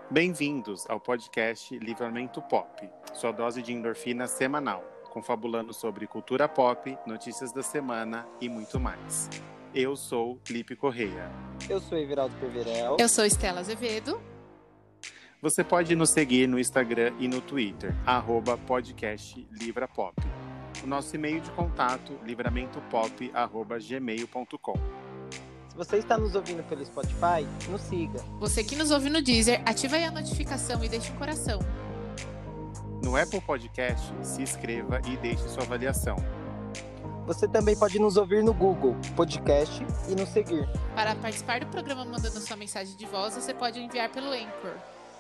Bem-vindos ao podcast Livramento Pop, sua dose de endorfina semanal, confabulando sobre cultura pop, notícias da semana e muito mais. Eu sou Lipe Correia. Eu sou Everaldo Perverel. Eu sou Estela Azevedo. Você pode nos seguir no Instagram e no Twitter, @podcastlivrapop. O nosso e-mail de contato, livramentopop@gmail.com. Se você está nos ouvindo pelo Spotify, nos siga. Você que nos ouve no Deezer, ativa aí a notificação e deixe um coração. No Apple Podcast, se inscreva e deixe sua avaliação. Você também pode nos ouvir no Google Podcast e nos seguir. Para participar do programa mandando sua mensagem de voz, você pode enviar pelo Anchor.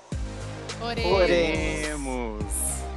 Oremos!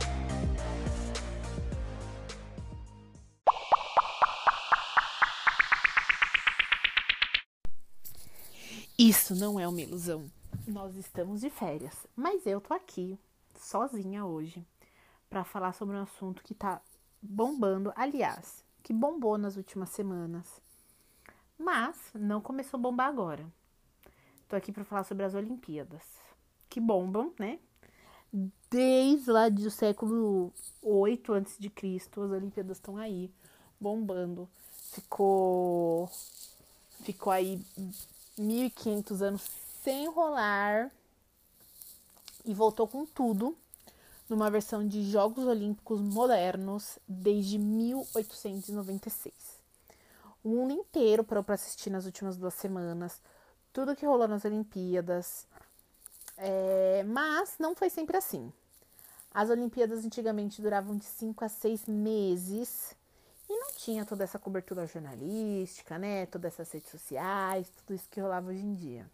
Isso não é uma ilusão. Nós estamos de férias, mas eu tô aqui, sozinha hoje, para falar sobre um assunto que tá bombando, aliás, que bombou nas últimas semanas, mas não começou a bombar agora. Tô aqui para falar sobre as Olimpíadas, que bombam, né? Desde lá do século 8 a.C., as Olimpíadas estão aí, bombando. Ficou aí 1.500 anos sem rolar e voltou com tudo numa versão de Jogos Olímpicos modernos desde 1896. O mundo inteiro parou para assistir nas últimas 2 semanas tudo que rolou nas Olimpíadas, mas não foi sempre assim. As Olimpíadas antigamente duravam de 5 a 6 meses e não tinha toda essa cobertura jornalística, né? Todas essas redes sociais, tudo isso que rolava hoje em dia.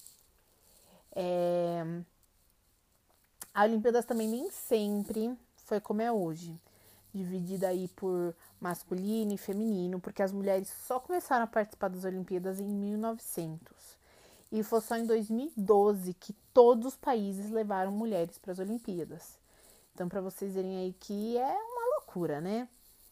A Olimpíadas também nem sempre foi como é hoje, dividida aí por masculino e feminino, porque as mulheres só começaram a participar das Olimpíadas em 1900. E foi só em 2012 que todos os países levaram mulheres para as Olimpíadas. Então, para vocês verem aí que é uma loucura, né?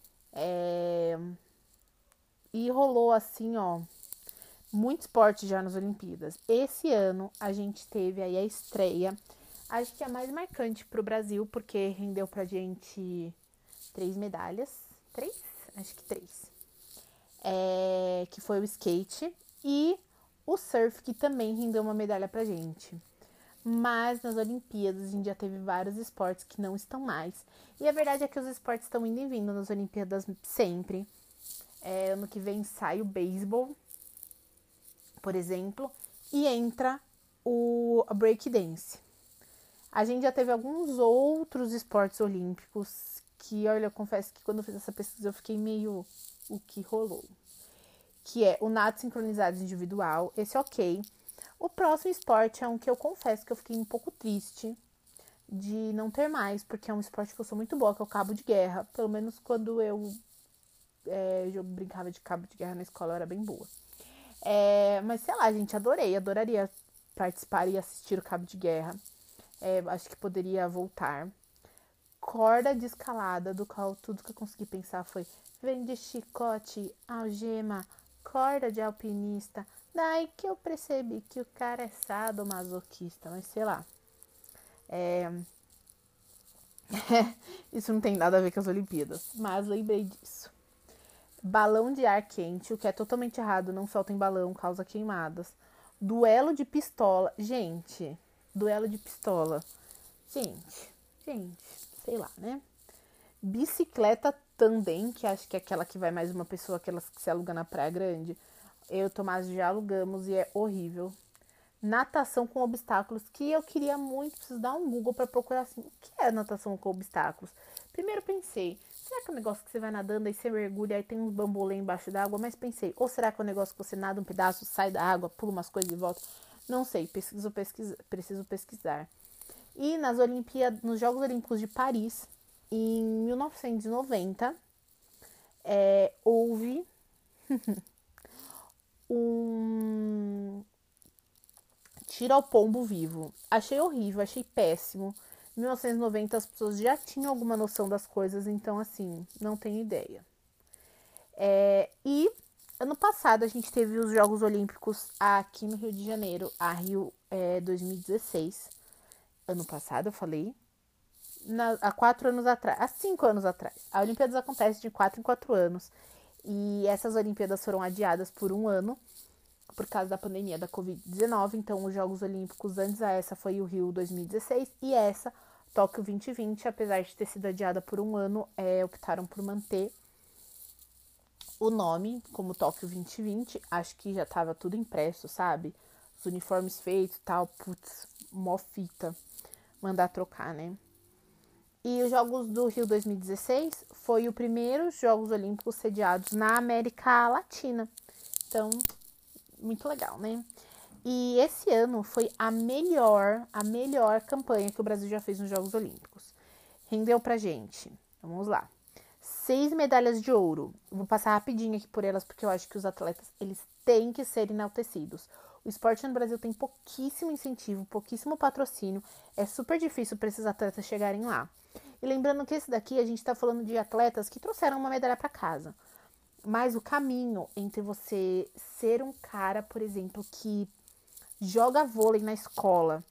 E rolou assim, muito esporte já nas Olimpíadas. Esse ano a gente teve aí a estreia, acho que a mais marcante pro Brasil, porque rendeu pra gente 3 medalhas. 3? Acho que 3. Que foi o skate e o surf, que também rendeu uma medalha pra gente. Mas nas Olimpíadas a gente já teve vários esportes que não estão mais. E a verdade é que os esportes estão indo e vindo nas Olimpíadas sempre. Ano que vem sai o beisebol, por exemplo, e entra o breakdance. A gente já teve alguns outros esportes olímpicos que, olha, eu confesso que quando eu fiz essa pesquisa eu fiquei meio o que rolou. Que é o nado sincronizado individual, esse ok. O próximo esporte é um que eu confesso que eu fiquei um pouco triste de não ter mais, porque é um esporte que eu sou muito boa, que é o cabo de guerra. Pelo menos quando eu brincava de cabo de guerra na escola, eu era bem boa. Mas sei lá, gente, adoraria participar e assistir o cabo de guerra. Acho que poderia voltar. Corda de escalada, do qual tudo que eu consegui pensar foi: vem de chicote, algema, corda de alpinista. Daí que eu percebi que o cara é sadomasoquista, mas sei lá. Isso não tem nada a ver com as Olimpíadas, mas lembrei disso. Balão de ar quente, o que é totalmente errado, não soltem balão, causa queimadas. Duelo de pistola, gente, duelo de pistola. Gente, sei lá, né? Bicicleta tandem, que acho que é aquela que vai mais uma pessoa, aquelas que se aluga na Praia Grande. Eu e o Tomás já alugamos e é horrível. Natação com obstáculos, que eu queria muito, preciso dar um Google para procurar assim, o que é natação com obstáculos? Primeiro pensei, será que é um negócio que você vai nadando, aí você mergulha, aí tem uns bambolê embaixo d'água? Mas pensei, ou será que é um negócio que você nada um pedaço, sai da água, pula umas coisas e volta? Não sei, preciso pesquisar. E nas Olimpíadas, nos Jogos Olímpicos de Paris, em 1990, houve um tiro ao pombo vivo. Achei horrível, achei péssimo. Em 1990 as pessoas já tinham alguma noção das coisas, então assim, não tenho ideia. E ano passado a gente teve os Jogos Olímpicos aqui no Rio de Janeiro, a Rio 2016. ano passado, eu falei, há 4 anos atrás, há 5 anos atrás. A Olimpíadas acontece de 4 em 4 anos. E essas Olimpíadas foram adiadas por 1 ano, por causa da pandemia da Covid-19. Então, os Jogos Olímpicos antes a essa foi o Rio 2016 e essa, Tóquio 2020, apesar de ter sido adiada por 1 ano, optaram por manter o nome como Tóquio 2020. Acho que já tava tudo impresso, sabe? Os uniformes feitos e tal, putz, mó fita. Mandar trocar, né? E os Jogos do Rio 2016 foi o primeiro Jogos Olímpicos sediados na América Latina. Então, muito legal, né? E esse ano foi a melhor campanha que o Brasil já fez nos Jogos Olímpicos. Rendeu pra gente, vamos lá, 6 medalhas de ouro. Vou passar rapidinho aqui por elas, porque eu acho que os atletas, eles têm que ser enaltecidos. O esporte no Brasil tem pouquíssimo incentivo, pouquíssimo patrocínio. É super difícil para esses atletas chegarem lá. E lembrando que esse daqui, a gente tá falando de atletas que trouxeram uma medalha para casa. Mas o caminho entre você ser um cara, por exemplo, que joga vôlei na escola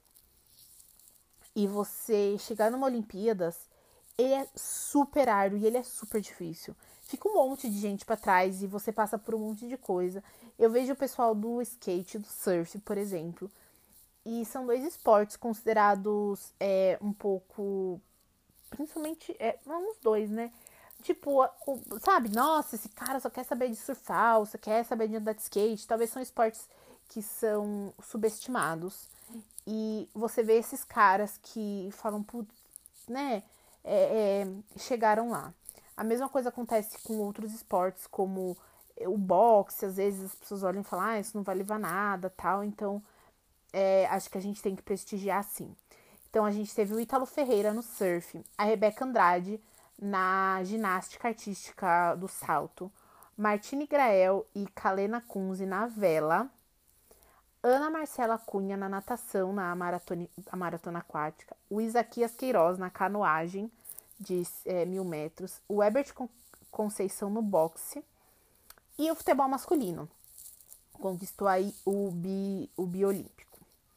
e você chegar numa Olimpíadas, ele é super árduo e ele é super difícil. Fica um monte de gente para trás e você passa por um monte de coisa. Eu vejo o pessoal do skate, do surf, por exemplo, e são 2 esportes considerados um pouco, principalmente, uns 2, né? Tipo, sabe, nossa, esse cara só quer saber de surfar, ou só quer saber de andar de skate. Talvez são esportes que são subestimados. E você vê esses caras que falam, putz, né, chegaram lá. A mesma coisa acontece com outros esportes, como o boxe. Às vezes as pessoas olham e falam, isso não vai levar nada, tal. Então, acho que a gente tem que prestigiar sim. Então, a gente teve o Ítalo Ferreira no surf, a Rebeca Andrade na ginástica artística do salto, Martine Grael e Kalena Kunze na vela, Ana Marcela Cunha na natação, na maratona aquática, o Isaquias Queiroz na canoagem de 1.000 metros, o Herbert Conceição no boxe e o futebol masculino. Conquistou aí o biolímpico.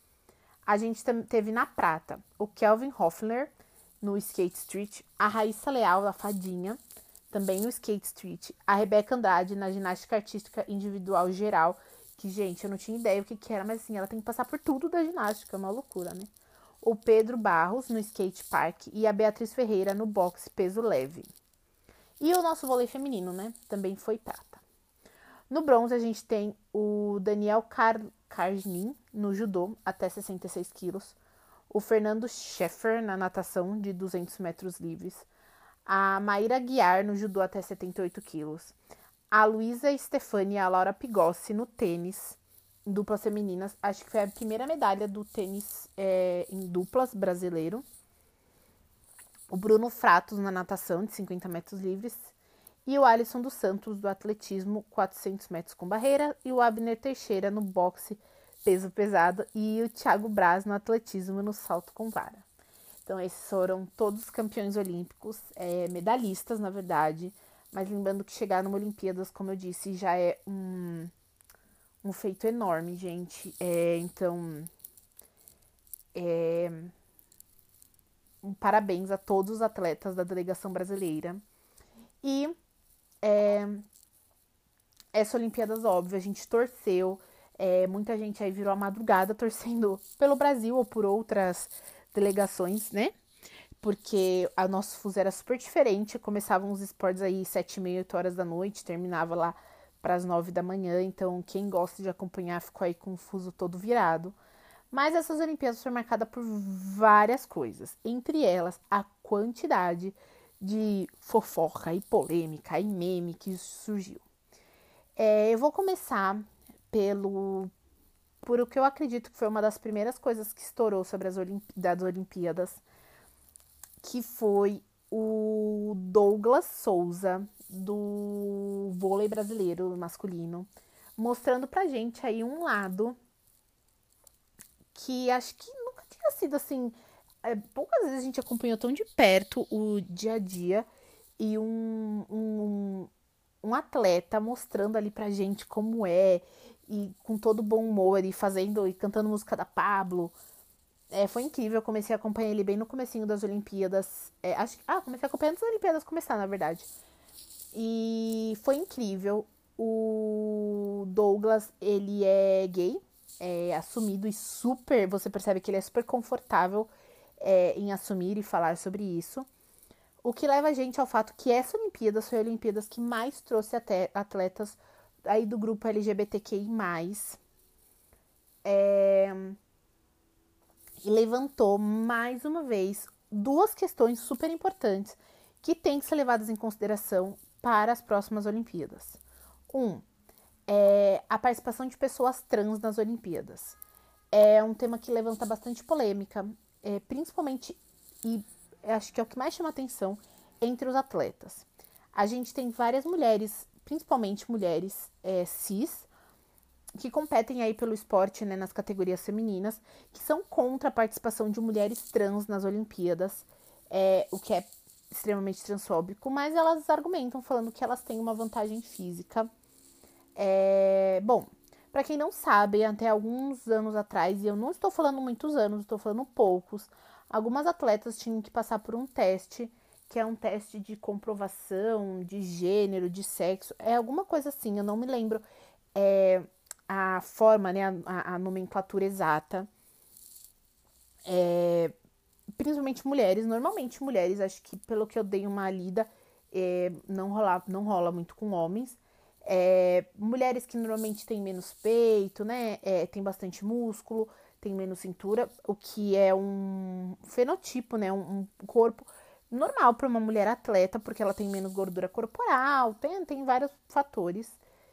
A gente teve na prata o Kelvin Hoffler no skate street, a Raíssa Leal na fadinha, também no skate street, a Rebeca Andrade na ginástica artística individual geral, que, gente, eu não tinha ideia o que era, mas assim, ela tem que passar por tudo da ginástica, é uma loucura, né? O Pedro Barros no skate park e a Beatriz Ferreira no boxe peso leve. E o nosso vôlei feminino, né? Também foi prata. No bronze a gente tem o Daniel Cargnin no judô até 66 quilos, o Fernando Scheffer na natação de 200 metros livres, a Maíra Guiar no judô até 78 quilos, a Luísa Stefani e a Laura Pigossi no tênis em duplas femininas. Acho que foi a primeira medalha do tênis em duplas brasileiro. O Bruno Fratos na natação de 50 metros livres e o Alisson dos Santos do atletismo 400 metros com barreira e o Abner Teixeira no boxe peso pesado e o Thiago Braz no atletismo no salto com vara. Então esses foram todos campeões olímpicos, medalhistas na verdade, mas lembrando que chegar numa Olimpíadas, como eu disse, já é um feito enorme, gente. Então, parabéns a todos os atletas da delegação brasileira. E essa Olimpíadas, óbvio, a gente torceu. Muita gente aí virou a madrugada torcendo pelo Brasil ou por outras delegações, né? Porque o nosso fuso era super diferente. Começavam os esportes aí 7h30, 8 horas da noite, terminava lá para as 9 da manhã. Então, quem gosta de acompanhar ficou aí com o fuso todo virado. Mas essas Olimpíadas foram marcadas por várias coisas. Entre elas, a quantidade de fofoca e polêmica e meme que surgiu. Eu vou começar por o que eu acredito que foi uma das primeiras coisas que estourou sobre as Olimpíadas, que foi o Douglas Souza, do vôlei brasileiro masculino, mostrando pra gente aí um lado que acho que nunca tinha sido assim. Poucas vezes a gente acompanhou tão de perto o dia a dia e um atleta mostrando ali pra gente como e com todo bom humor e fazendo e cantando música da Pablo. Foi incrível, eu comecei a acompanhar ele bem no comecinho das Olimpíadas. Comecei acompanhando as Olimpíadas começar, na verdade. E foi incrível. O Douglas, ele é gay, é assumido e super... Você percebe que ele é super confortável em assumir e falar sobre isso. O que leva a gente ao fato que essa Olimpíadas foi a Olimpíadas que mais trouxe até atletas aí do grupo LGBTQI+. E levantou, mais uma vez, duas questões super importantes que têm que ser levadas em consideração para as próximas Olimpíadas. A participação de pessoas trans nas Olimpíadas. É um tema que levanta bastante polêmica, principalmente, e acho que é o que mais chama atenção, entre os atletas. A gente tem várias mulheres, principalmente mulheres cis, que competem aí pelo esporte, né, nas categorias femininas, que são contra a participação de mulheres trans nas Olimpíadas, o que é extremamente transfóbico, mas elas argumentam falando que elas têm uma vantagem física. Bom, para quem não sabe, até alguns anos atrás, e eu não estou falando muitos anos, estou falando poucos, algumas atletas tinham que passar por um teste, que é um teste de comprovação de gênero, de sexo, alguma coisa assim, eu não me lembro a forma, né, a nomenclatura exata. Principalmente mulheres, normalmente mulheres, acho que pelo que eu dei uma lida, não rola muito com homens. Mulheres que normalmente têm menos peito, né, tem bastante músculo, tem menos cintura, o que é um fenotipo, né, um corpo normal para uma mulher atleta, porque ela tem menos gordura corporal, tem vários fatores.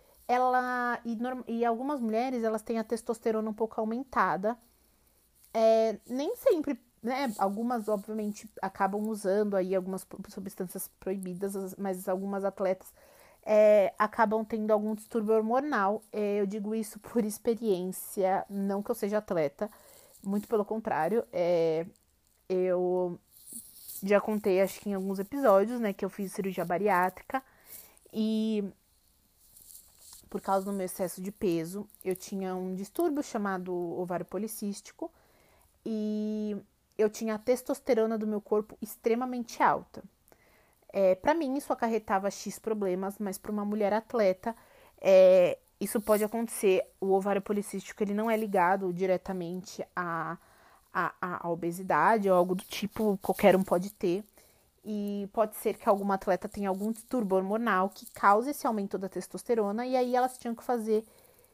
E algumas mulheres, elas têm a testosterona um pouco aumentada. Nem sempre, né? Algumas, obviamente, acabam usando aí algumas substâncias proibidas, mas algumas atletas acabam tendo algum distúrbio hormonal. Eu digo isso por experiência, não que eu seja atleta, muito pelo contrário. Eu já contei, acho que em alguns episódios, né, que eu fiz cirurgia bariátrica e por causa do meu excesso de peso, eu tinha um distúrbio chamado ovário policístico e eu tinha a testosterona do meu corpo extremamente alta. Para mim, isso acarretava X problemas, mas para uma mulher atleta, isso pode acontecer. O ovário policístico, ele não é ligado diretamente à obesidade ou algo do tipo, qualquer um pode ter. E pode ser que alguma atleta tenha algum distúrbio hormonal que cause esse aumento da testosterona, e aí elas tinham que fazer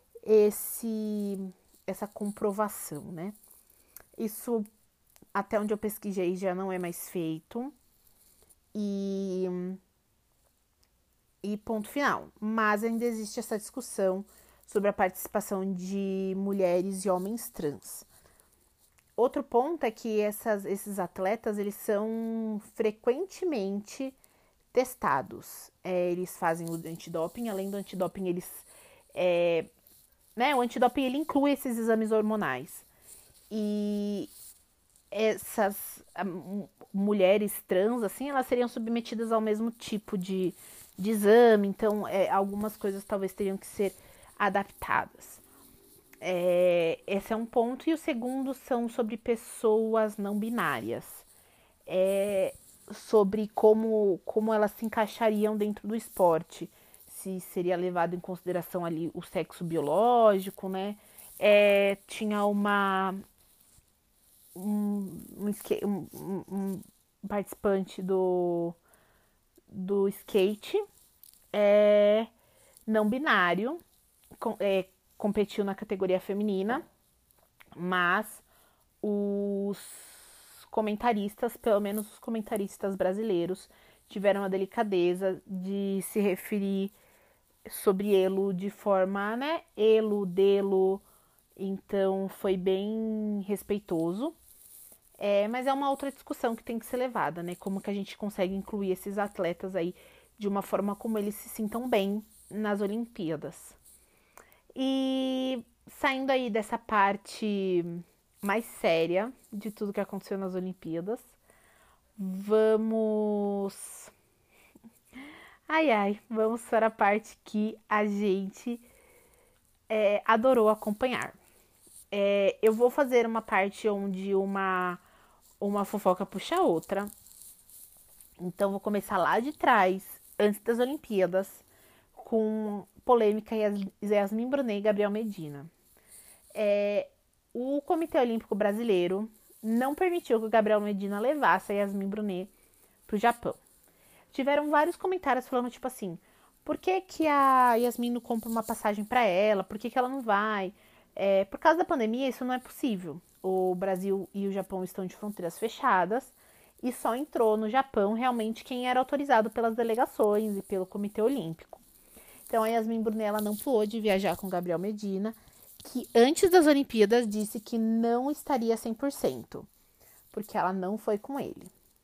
essa comprovação, né? Isso, até onde eu pesquisei, já não é mais feito. E ponto final. Mas ainda existe essa discussão sobre a participação de mulheres e homens trans. Outro ponto é que esses atletas, eles são frequentemente testados. Eles fazem o antidoping, além do antidoping, o antidoping, ele inclui esses exames hormonais. E essas mulheres trans, assim, elas seriam submetidas ao mesmo tipo de exame, então algumas coisas talvez teriam que ser adaptadas. Esse é um ponto. E o segundo são sobre pessoas não binárias, sobre como elas se encaixariam dentro do esporte, se seria levado em consideração ali o sexo biológico, né? Tinha um participante do skate não binário, competiu na categoria feminina, mas os comentaristas, pelo menos os comentaristas brasileiros, tiveram a delicadeza de se referir sobre ele de forma, né, dele, então foi bem respeitoso. Mas é uma outra discussão que tem que ser levada, né, como que a gente consegue incluir esses atletas aí de uma forma como eles se sintam bem nas Olimpíadas. E saindo aí dessa parte mais séria de tudo que aconteceu nas Olimpíadas, vamos para a parte que a gente adorou acompanhar. Eu vou fazer uma parte onde uma fofoca puxa a outra. Então, vou começar lá de trás, antes das Olimpíadas, com polêmica Yasmin Brunet e Gabriel Medina. O Comitê Olímpico Brasileiro não permitiu que o Gabriel Medina levasse a Yasmin Brunet para o Japão. Tiveram vários comentários falando, tipo assim, por que, que a Yasmin não compra uma passagem para ela? Por que, que ela não vai? Por causa da pandemia, isso não é possível. O Brasil e o Japão estão de fronteiras fechadas e só entrou no Japão realmente quem era autorizado pelas delegações e pelo Comitê Olímpico. Então, a Yasmin Brunet ela não pôde viajar com o Gabriel Medina, que antes das Olimpíadas disse que não estaria 100%, porque ela não foi com ele.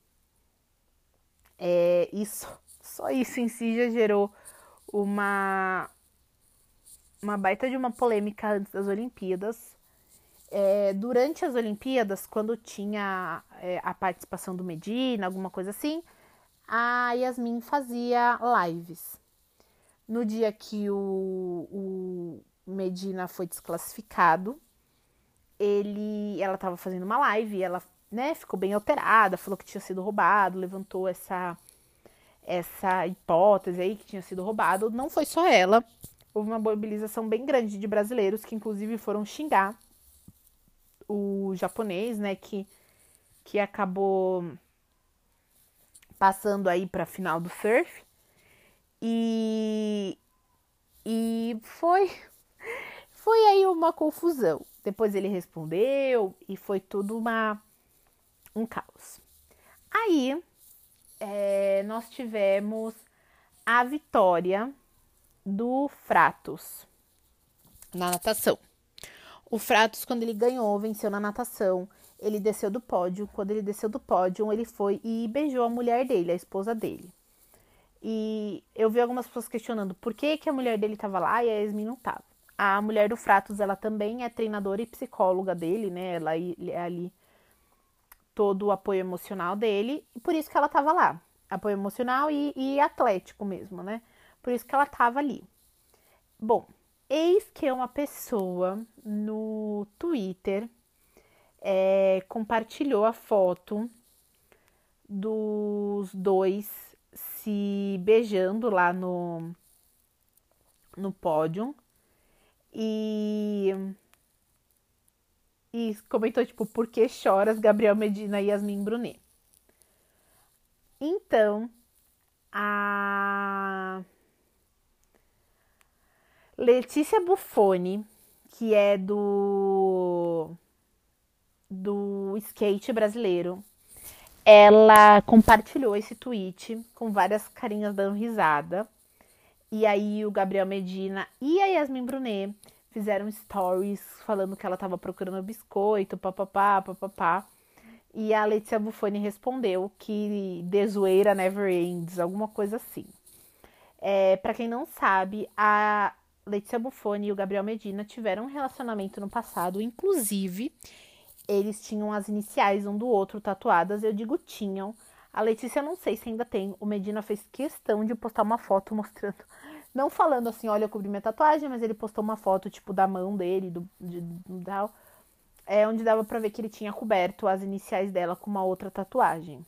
Só isso em si já gerou uma baita de uma polêmica antes das Olimpíadas. Durante as Olimpíadas, quando tinha a participação do Medina, alguma coisa assim, a Yasmin fazia lives. No dia que o Medina foi desclassificado, ela estava fazendo uma live e ela, né, ficou bem alterada, falou que tinha sido roubado, levantou essa hipótese aí que tinha sido roubado. Não foi só ela, houve uma mobilização bem grande de brasileiros que inclusive foram xingar o japonês, né, que acabou passando aí para a final do surf. E foi aí uma confusão. Depois ele respondeu e foi tudo um caos. Aí nós tivemos a vitória do Fratos na natação. O Fratos, quando ele ganhou, venceu na natação, ele desceu do pódio. Quando ele desceu do pódio, ele foi e beijou a mulher dele, a esposa dele. E eu vi algumas pessoas questionando por que a mulher dele estava lá e a Yasmin não estava. A mulher do Fratos, ela também é treinadora e psicóloga dele, né? Ela é ali todo o apoio emocional dele, e por isso que ela estava lá. Apoio emocional e atlético mesmo, né? Por isso que ela estava ali. Bom, eis que uma pessoa no Twitter compartilhou a foto dos dois se beijando lá no pódio e comentou, tipo, por que choras, Gabriel Medina e Yasmin Brunet? Então, a Letícia Buffoni, que é do skate brasileiro, ela compartilhou esse tweet com várias carinhas dando risada. E aí o Gabriel Medina e a Yasmin Brunet fizeram stories falando que ela tava procurando biscoito, papapá, papapá. E a Letícia Buffoni respondeu que the zoeira never ends, alguma coisa assim. Pra quem não sabe, a Letícia Buffoni e o Gabriel Medina tiveram um relacionamento no passado, inclusive eles tinham as iniciais um do outro tatuadas, eu digo tinham. A Letícia eu não sei se ainda tem, o Medina fez questão de postar uma foto mostrando, não falando assim, olha, eu cobri minha tatuagem, mas ele postou uma foto, tipo, da mão dele, onde dava pra ver que ele tinha coberto as iniciais dela com uma outra tatuagem.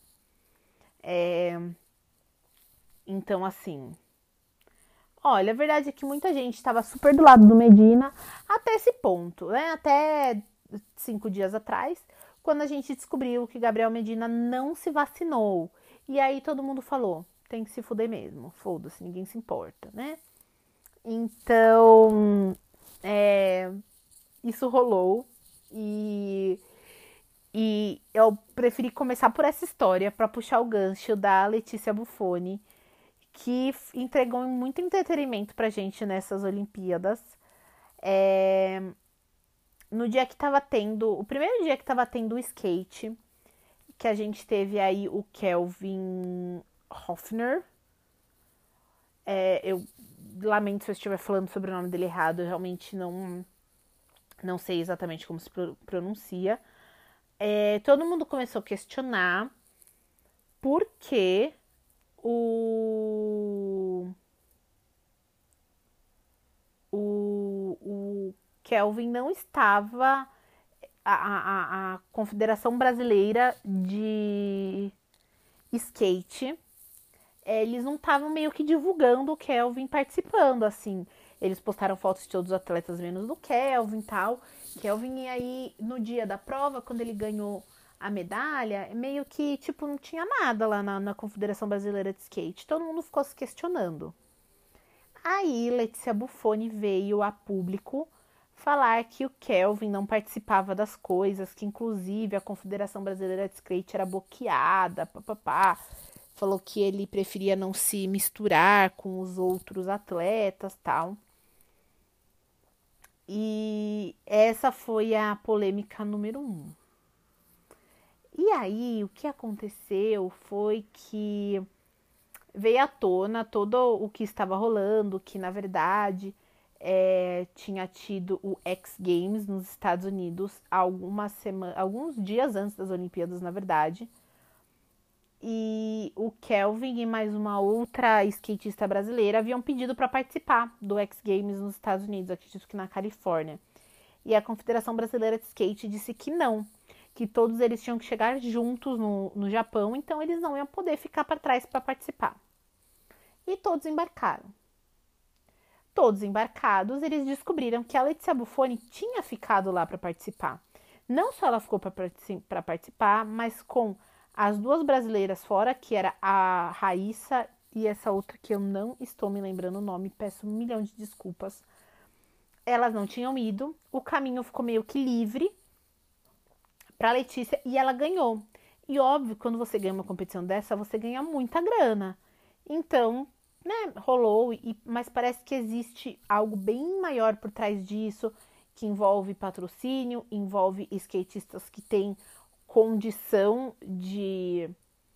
Então, assim, olha, a verdade é que muita gente estava super do lado do Medina até esse ponto, né? Até 5 dias atrás, quando a gente descobriu que Gabriel Medina não se vacinou. E aí todo mundo falou, tem que se fuder mesmo, foda-se, ninguém se importa, né? Então, isso rolou e eu preferi começar por essa história para puxar o gancho da Letícia Buffoni, que entregou muito entretenimento pra gente nessas Olimpíadas. No dia que tava tendo, o primeiro dia que tava tendo o skate, que a gente teve aí o Kelvin Hoffner. Eu lamento se eu estiver falando sobre o nome dele errado, eu realmente não sei exatamente como se pronuncia. Todo mundo começou a questionar por que o Kelvin não estava, a Confederação Brasileira de Skate, eles não estavam meio que divulgando o Kelvin participando, assim. Eles postaram fotos de todos os atletas menos do Kelvin e tal. Kelvin, e aí, no dia da prova, quando ele ganhou a medalha, meio que, tipo, não tinha nada lá na Confederação Brasileira de Skate. Todo mundo ficou se questionando. Aí, Letícia Buffoni veio a público falar que o Kelvin não participava das coisas, que inclusive a Confederação Brasileira de Skate era bloqueada, papapá. Falou que ele preferia não se misturar com os outros atletas, tal. E essa foi a polêmica número 1. E aí, o que aconteceu foi que veio à tona todo o que estava rolando, que na verdade tinha tido o X Games nos Estados Unidos alguns dias antes das Olimpíadas, na verdade. E o Kelvin e mais uma outra skatista brasileira haviam pedido para participar do X Games nos Estados Unidos, acredito que na Califórnia. E a Confederação Brasileira de Skate disse que não, que todos eles tinham que chegar juntos no Japão, então eles não iam poder ficar para trás para participar. E todos embarcaram. Todos embarcados, eles descobriram que a Letícia Buffoni tinha ficado lá para participar. Não só ela ficou para participar, mas com as duas brasileiras fora, que era a Raíssa e essa outra que eu não estou me lembrando o nome, peço 1 milhão de desculpas. Elas não tinham ido, o caminho ficou meio que livre para Letícia e ela ganhou. E óbvio, quando você ganha uma competição dessa, você ganha muita grana. Então, né, rolou, mas parece que existe algo bem maior por trás disso, que envolve patrocínio, envolve skatistas que têm condição de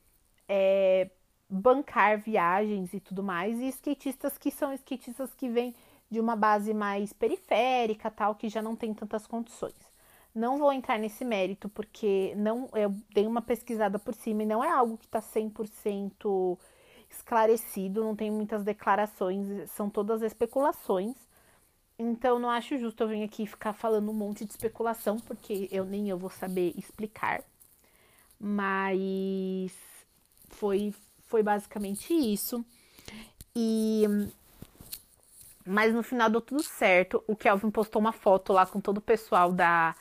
bancar viagens e tudo mais, e skatistas que são skatistas que vêm de uma base mais periférica, tal, que já não tem tantas condições. Não vou entrar nesse mérito, porque eu dei uma pesquisada por cima e não é algo que está 100% esclarecido, não tem muitas declarações, são todas especulações. Então, não acho justo eu vir aqui ficar falando um monte de especulação, porque nem eu vou saber explicar. Mas foi basicamente isso. Mas no final deu tudo certo. O Kelvin postou uma foto lá com todo o pessoal da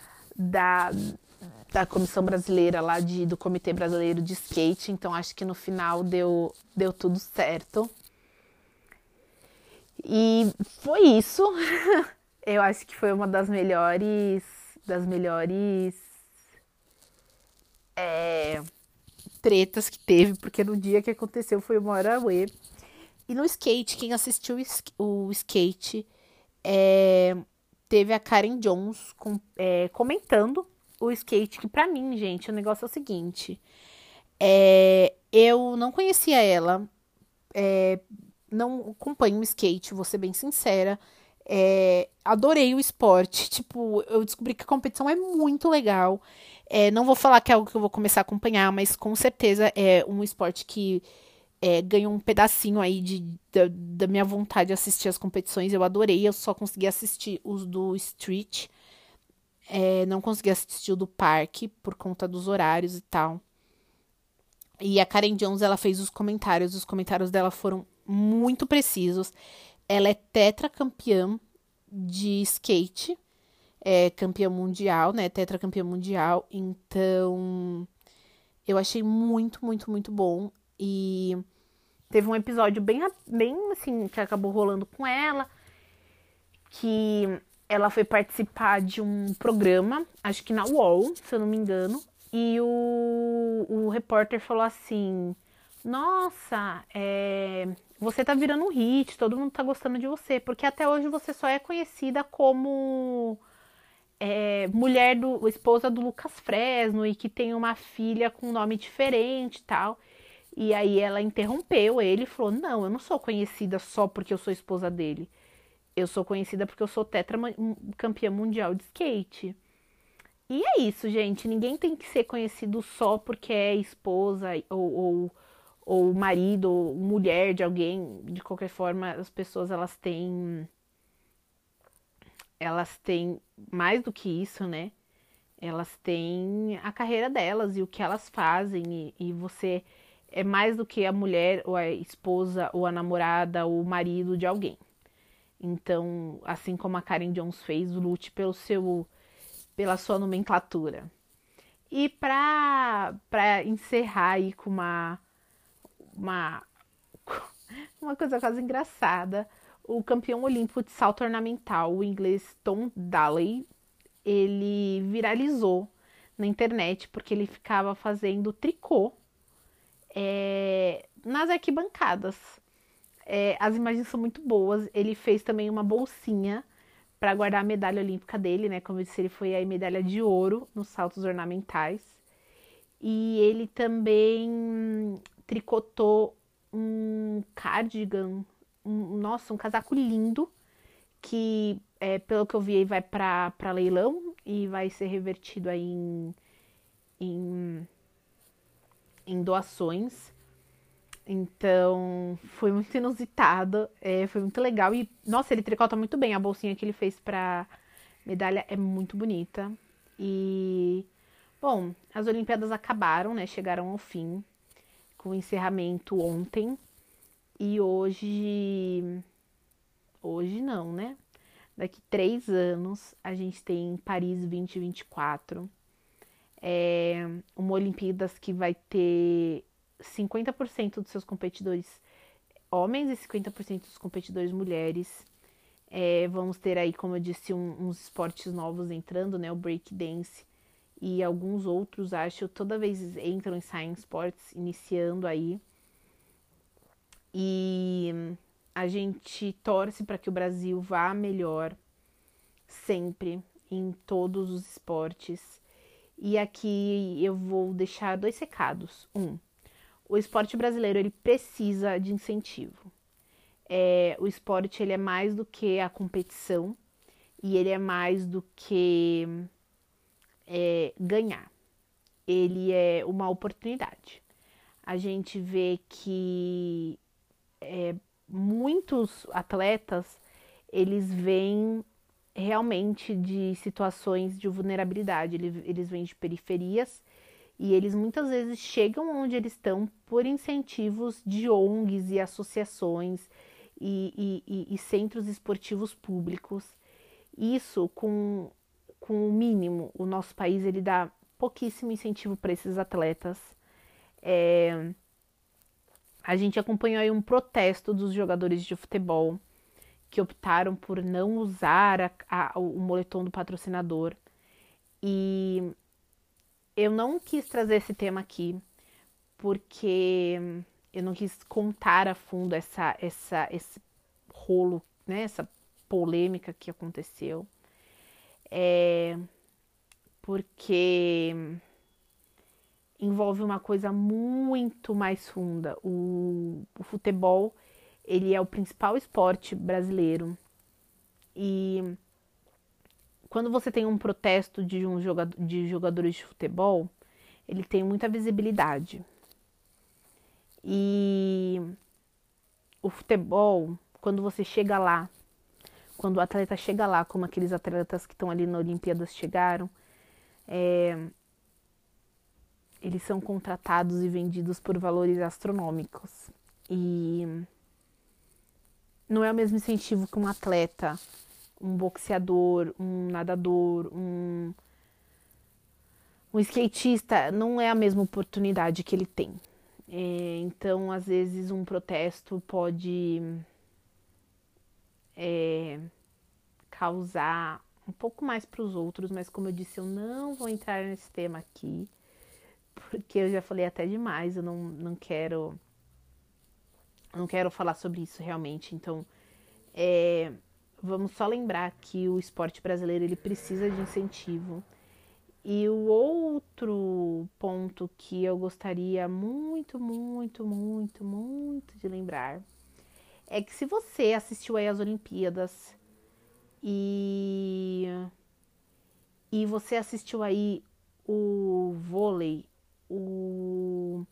comissão brasileira lá do Comitê Brasileiro de Skate. Então, acho que no final deu tudo certo. E foi isso. Eu acho que foi uma das melhores tretas que teve, porque no dia que aconteceu foi uma hora uê. E no skate, quem assistiu o skate teve a Karen Jones comentando o skate, que pra mim, gente, o negócio é o seguinte. Eu não conhecia ela, não acompanho o skate, vou ser bem sincera. Adorei o esporte, tipo, eu descobri que a competição é muito legal. Não vou falar que é algo que eu vou começar a acompanhar, mas com certeza é um esporte que ganhou um pedacinho aí da minha vontade de assistir as competições. Eu adorei, eu só consegui assistir os do street, não consegui assistir o do parque por conta dos horários e tal. E a Karen Jones, ela fez os comentários dela foram muito precisos. Ela é tetracampeã de skate, campeã mundial, né? Tetracampeã mundial. Então, eu achei muito, muito, muito bom. E teve um episódio bem assim, que acabou rolando com ela, que ela foi participar de um programa, acho que na UOL, se eu não me engano. E o repórter falou assim: nossa, você tá virando um hit, todo mundo tá gostando de você, porque até hoje você só é conhecida como esposa do Lucas Fresno e que tem uma filha com um nome diferente e tal. E aí ela interrompeu ele e falou: não, eu não sou conhecida só porque eu sou esposa dele. Eu sou conhecida porque eu sou tetracampeã mundial de skate. E é isso, gente. Ninguém tem que ser conhecido só porque é esposa ou marido ou mulher de alguém. De qualquer forma, as pessoas elas têm elas têm mais do que isso, né? Elas têm a carreira delas e o que elas fazem, e você é mais do que a mulher, ou a esposa, ou a namorada, ou o marido de alguém. Então, assim como a Karen Jones fez, lute pela sua nomenclatura. E para encerrar aí com uma, uma coisa quase engraçada, o campeão olímpico de salto ornamental, o inglês Tom Daley, ele viralizou na internet porque ele ficava fazendo tricô nas arquibancadas. As imagens são muito boas. Ele fez também uma bolsinha para guardar a medalha olímpica dele, né? Como eu disse, ele foi a medalha de ouro nos saltos ornamentais. E ele também tricotou um cardigan, nossa, um casaco lindo, que, pelo que eu vi, vai para leilão e vai ser revertido aí em, em doações. Então, foi muito inusitado, foi muito legal. E, nossa, ele tricota muito bem. A bolsinha que ele fez pra medalha é muito bonita. E, bom, as Olimpíadas acabaram, né? Chegaram ao fim, com o encerramento ontem. E hoje não, né? Daqui 3 anos, a gente tem Paris 2024. Uma Olimpíadas que vai ter 50% dos seus competidores homens e 50% dos competidores mulheres. Vamos ter aí, como eu disse, uns esportes novos entrando, né? O breakdance e alguns outros, acho, toda vez entram e saem esportes, iniciando aí. E a gente torce para que o Brasil vá melhor sempre em todos os esportes. E aqui eu vou deixar 2 recados. O esporte brasileiro ele precisa de incentivo. O esporte ele é mais do que a competição e ele é mais do que ganhar. Ele é uma oportunidade. A gente vê que muitos atletas eles vêm realmente de situações de vulnerabilidade. Eles vêm de periferias e eles muitas vezes chegam onde eles estão por incentivos de ONGs e associações e centros esportivos públicos. Isso com o mínimo. O nosso país ele dá pouquíssimo incentivo para esses atletas. A gente acompanhou aí um protesto dos jogadores de futebol que optaram por não usar o moletom do patrocinador. E eu não quis trazer esse tema aqui porque eu não quis contar a fundo esse rolo, né, essa polêmica que aconteceu. Porque envolve uma coisa muito mais funda. O futebol, ele é o principal esporte brasileiro. E quando você tem um protesto de jogadores de futebol, ele tem muita visibilidade. E o futebol, quando você chega lá, quando o atleta chega lá, como aqueles atletas que estão ali na Olimpíadas chegaram, eles são contratados e vendidos por valores astronômicos. E não é o mesmo incentivo que um atleta, um boxeador, um nadador, um skatista, não é a mesma oportunidade que ele tem. Então, às vezes, um protesto pode causar um pouco mais para os outros, mas como eu disse, eu não vou entrar nesse tema aqui, porque eu já falei até demais, eu não quero falar sobre isso realmente. Então, vamos só lembrar que o esporte brasileiro ele precisa de incentivo. E o outro ponto que eu gostaria muito, muito, muito, muito de lembrar é que se você assistiu aí às Olimpíadas e você assistiu aí o vôlei, o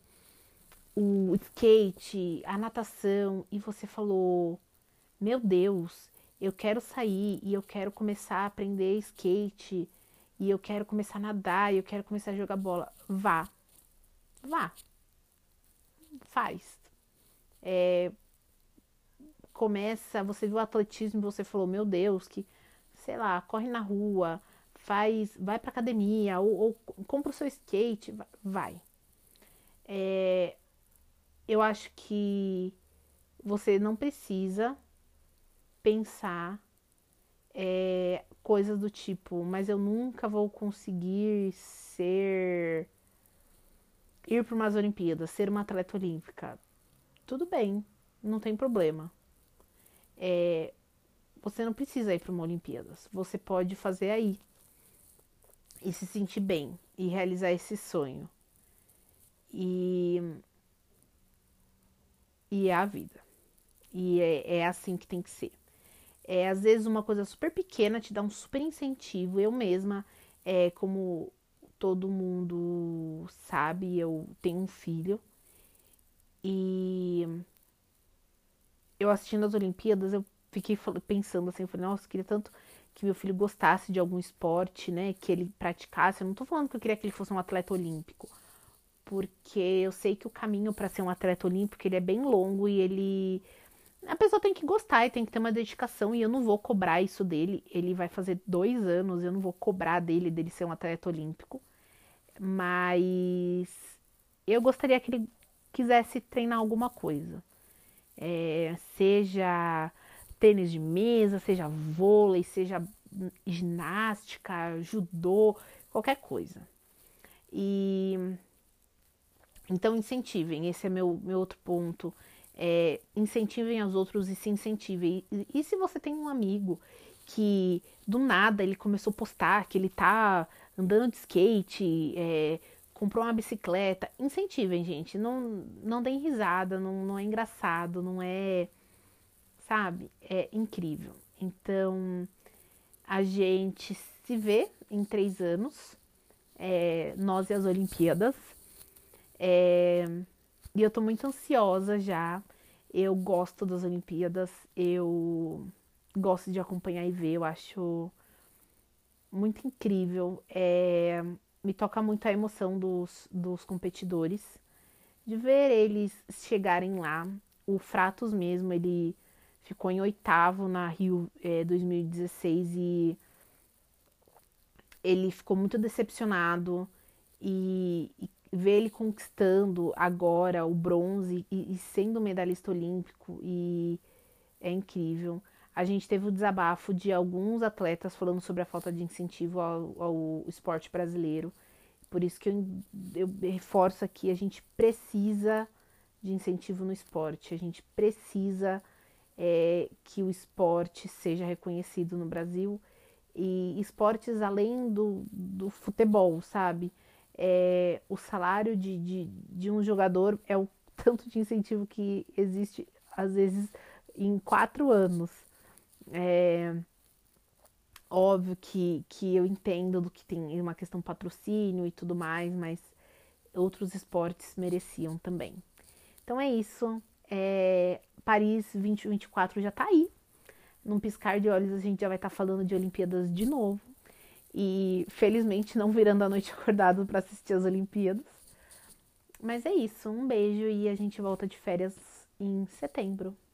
skate, a natação, e você falou, meu Deus, eu quero sair e eu quero começar a aprender skate e eu quero começar a nadar e eu quero começar a jogar bola. Vá, faz. Começa, você viu o atletismo e você falou, meu Deus, que, sei lá, corre na rua, vai pra academia ou compra o seu skate, vai. Eu acho que você não precisa pensar coisas do tipo, mas eu nunca vou conseguir ir para umas Olimpíadas, ser uma atleta olímpica. Tudo bem, não tem problema. Você não precisa ir para uma Olimpíadas. Você pode fazer aí e se sentir bem e realizar esse sonho. E é a vida. E é assim que tem que ser. Às vezes uma coisa super pequena te dá um super incentivo. Eu mesma, como todo mundo sabe, eu tenho um filho. E eu assistindo as Olimpíadas, eu fiquei pensando assim, eu falei, nossa, eu queria tanto que meu filho gostasse de algum esporte, né, que ele praticasse. Eu não tô falando que eu queria que ele fosse um atleta olímpico, porque eu sei que o caminho para ser um atleta olímpico, ele é bem longo e a pessoa tem que gostar e tem que ter uma dedicação, e eu não vou cobrar isso dele. Ele vai fazer 2 anos, eu não vou cobrar dele ser um atleta olímpico, mas eu gostaria que ele quisesse treinar alguma coisa. Seja tênis de mesa, seja vôlei, seja ginástica, judô, qualquer coisa. E então incentivem, esse é meu outro ponto. Incentivem aos outros e se incentivem. E se você tem um amigo que do nada ele começou a postar que ele tá andando de skate, comprou uma bicicleta, incentivem, gente. Não deem risada, não é engraçado, não é, sabe? É incrível. Então, a gente se vê em 3 anos, nós e as Olimpíadas. E eu tô muito ansiosa já. Eu gosto das Olimpíadas, eu gosto de acompanhar e ver, eu acho muito incrível. Me toca muito a emoção dos competidores, de ver eles chegarem lá. O Fratos mesmo, ele ficou em 8º na Rio 2016 e ele ficou muito decepcionado e ver ele conquistando agora o bronze e sendo medalhista olímpico e é incrível. A gente teve o desabafo de alguns atletas falando sobre a falta de incentivo ao esporte brasileiro. Por isso que eu reforço aqui, a gente precisa de incentivo no esporte. A gente precisa que o esporte seja reconhecido no Brasil. E esportes além do futebol, sabe? O salário de um jogador é o tanto de incentivo que existe, às vezes, em 4 anos. Óbvio que eu entendo do que tem uma questão de patrocínio e tudo mais, mas outros esportes mereciam também. Então é isso. Paris 2024 já tá aí. Num piscar de olhos a gente já vai estar falando de Olimpíadas de novo. E felizmente não virando a noite acordado para assistir as Olimpíadas. Mas é isso. Um beijo e a gente volta de férias em setembro.